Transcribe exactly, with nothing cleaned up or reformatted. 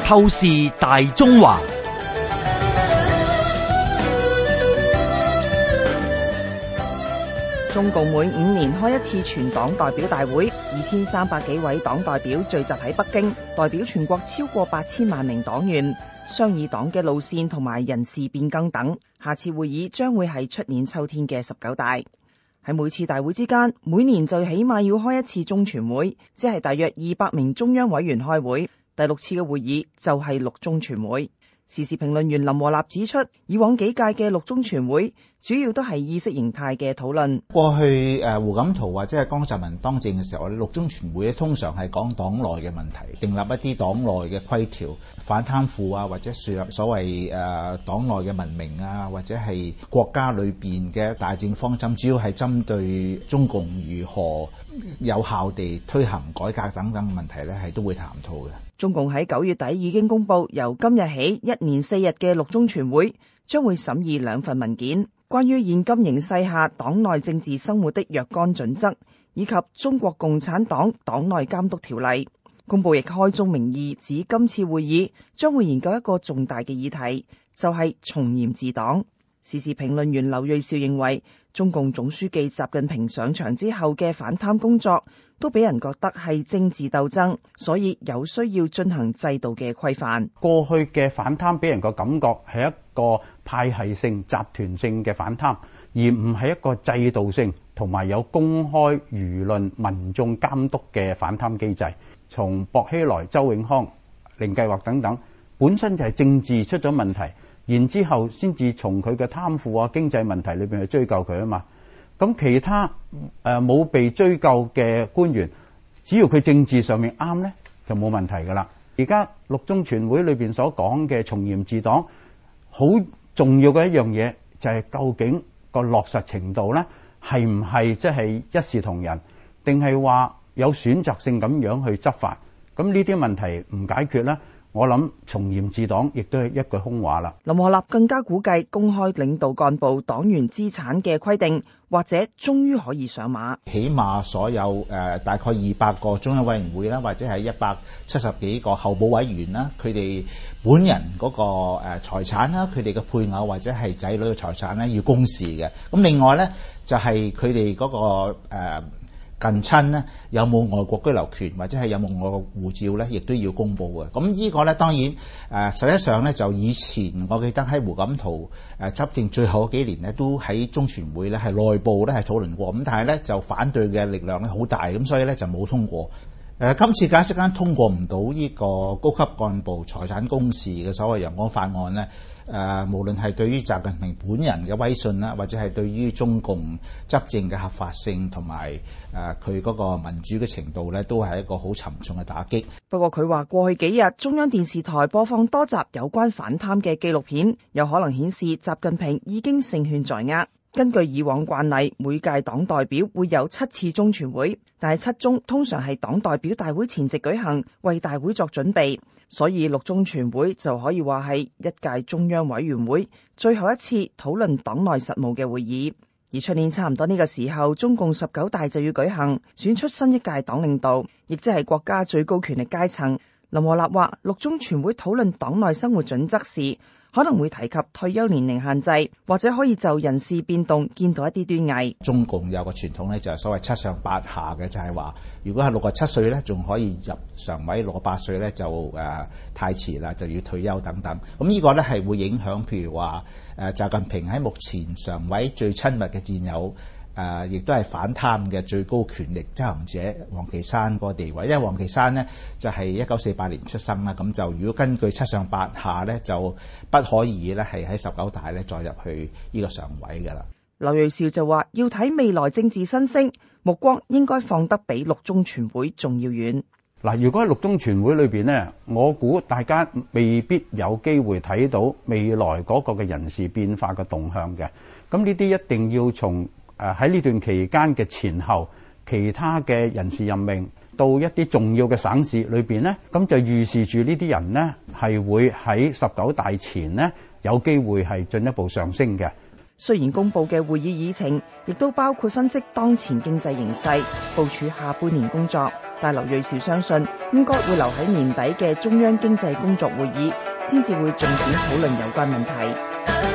透視大中華。 中共每五年開一次全黨代表大會，二千三百幾位黨代表聚集喺北京，代表全國超過八千萬名黨員，商議黨嘅路線同埋人事變更等。下次會議將會係出年秋天嘅十九大。喺每次大會之間，每年就起碼要開一次中全會，即係大約二百名中央委員開會。第六次嘅會議就係六中全會。時事評論員林和立指出，以往幾屆嘅六中全會主要都係意識形態嘅討論。 過去誒胡錦濤或者係江澤民當政嘅時候，六中全會咧通常係講黨內嘅問題，訂立一啲黨內嘅規條，反貪腐啊，或者樹立所謂誒黨內嘅文明啊，或者係國家裏邊嘅大政方針，主要係針對中共如何有效地推行改革等等嘅問題咧，係都會談吐嘅。 中共喺九月底已經公布，由今日起一連四日嘅六中全會將會審議兩份文件，關於現今形勢下黨內政治生活的若干準則，以及中國共產黨黨內監督條例。公布亦開宗明義指，今次會議將會研究一個重大嘅議題，就係從嚴治黨。時事評論員劉銳紹認為，中共總書記習近平上場之後嘅反貪工作都俾人覺得係政治鬥爭，所以有需要進行制度嘅規範。 過去嘅反貪俾人個感覺係一個派系性、集團性嘅反貪，而唔係一個制度性同埋有公開輿論、民眾監督嘅反貪機制。從薄熙來、周永康、零計劃等等，本身就係政治出咗問題，然之後先至從佢嘅貪腐啊、經濟問題裏邊去追究佢啊嘛。咁其他誒冇、呃、被追究嘅官員，只要佢政治上面啱呢，就冇問題噶啦。而家六中全會裏邊所講嘅從嚴治黨，好重要嘅一樣嘢就係究竟個落實程度呢，係唔係即係一視同仁，定係話有選擇性咁樣去執法？咁呢啲問題唔解決呢，我諗從嚴治黨亦都係一句空話啦。 林和立更加估計，公開領導幹部黨員資產嘅規定，或者終於可以上馬。 起碼所有誒、呃、大概二百個中央委員會啦，或者係一百七十幾個候補委員啦，佢哋本人嗰個誒財產啦，佢哋嘅配偶或者係仔女嘅財產咧要公示嘅。咁另外咧就係佢哋嗰個誒。呃近親咧有冇外國居留權或者係有冇外國護照咧，亦都要公布嘅。咁呢個咧當然誒、呃，實際上咧就以前我記得喺胡錦濤誒、呃、執政最後幾年咧，都喺中全會咧係內部咧係討論過。咁但係咧就反對嘅力量咧好大，咁所以咧就冇通過。誒、呃、今次解釋間通過唔到呢個高級幹部財產公示嘅所謂陽光法案咧。誒、呃，無論係對於習近平本人嘅威信啦，或者係對於中共執政嘅合法性同埋誒佢嗰個民主嘅程度咧，都係一個好沉重嘅打擊。 不過佢話過去幾日中央電視台播放多集有關反貪嘅紀錄片，有可能顯示習近平已經勝券在握。根據以往慣例，每屆黨代表會有七次中全會，但係七中通常係黨代表大會前夕舉行，為大會作準備。所以六中全會就可以話係一屆中央委員會最後一次討論黨內實務嘅會議。而出年差唔多呢個時候，中共十九大就要舉行，選出新一屆黨領導，亦即係國家最高權力階層。林和立話，六中全會討論黨內生活準則時，可能會提及退休年齡限制，或者可以就人事變動見到一啲端倪。 中共有個傳統咧，就係所謂七上八下嘅，就係話如果係六十七歲咧，仲可以入常委；六十八歲咧就誒、呃、太遲啦，就要退休等等。咁呢個咧係會影響，譬如話誒習近平喺目前常委最親密嘅戰友。誒，亦都係反貪嘅最高權力執行者王岐山個地位，因為王岐山呢就係一九四八年出生啦，咁就如果根據七上八下呢，就不可以咧係喺十九大咧再入去呢個常委噶啦。 劉銳紹就話，要睇未來政治新星，目光應該放得比六中全會仲要遠。 嗱，如果喺六中全會裏邊呢，我估大家未必有機會睇到未來嗰個嘅人事變化嘅動向嘅。咁呢啲一定要從誒喺呢段期間嘅前後，其他嘅人事任命到一啲重要嘅省市裏邊呢，咁就預示住呢啲人呢係會喺十九大前呢有機會係進一步上升嘅。 雖然公佈嘅會議議程亦都包括分析當前經濟形勢、部署下半年工作，但劉銳紹相信應該會留喺年底嘅中央經濟工作會議，先至會重點討論有關問題。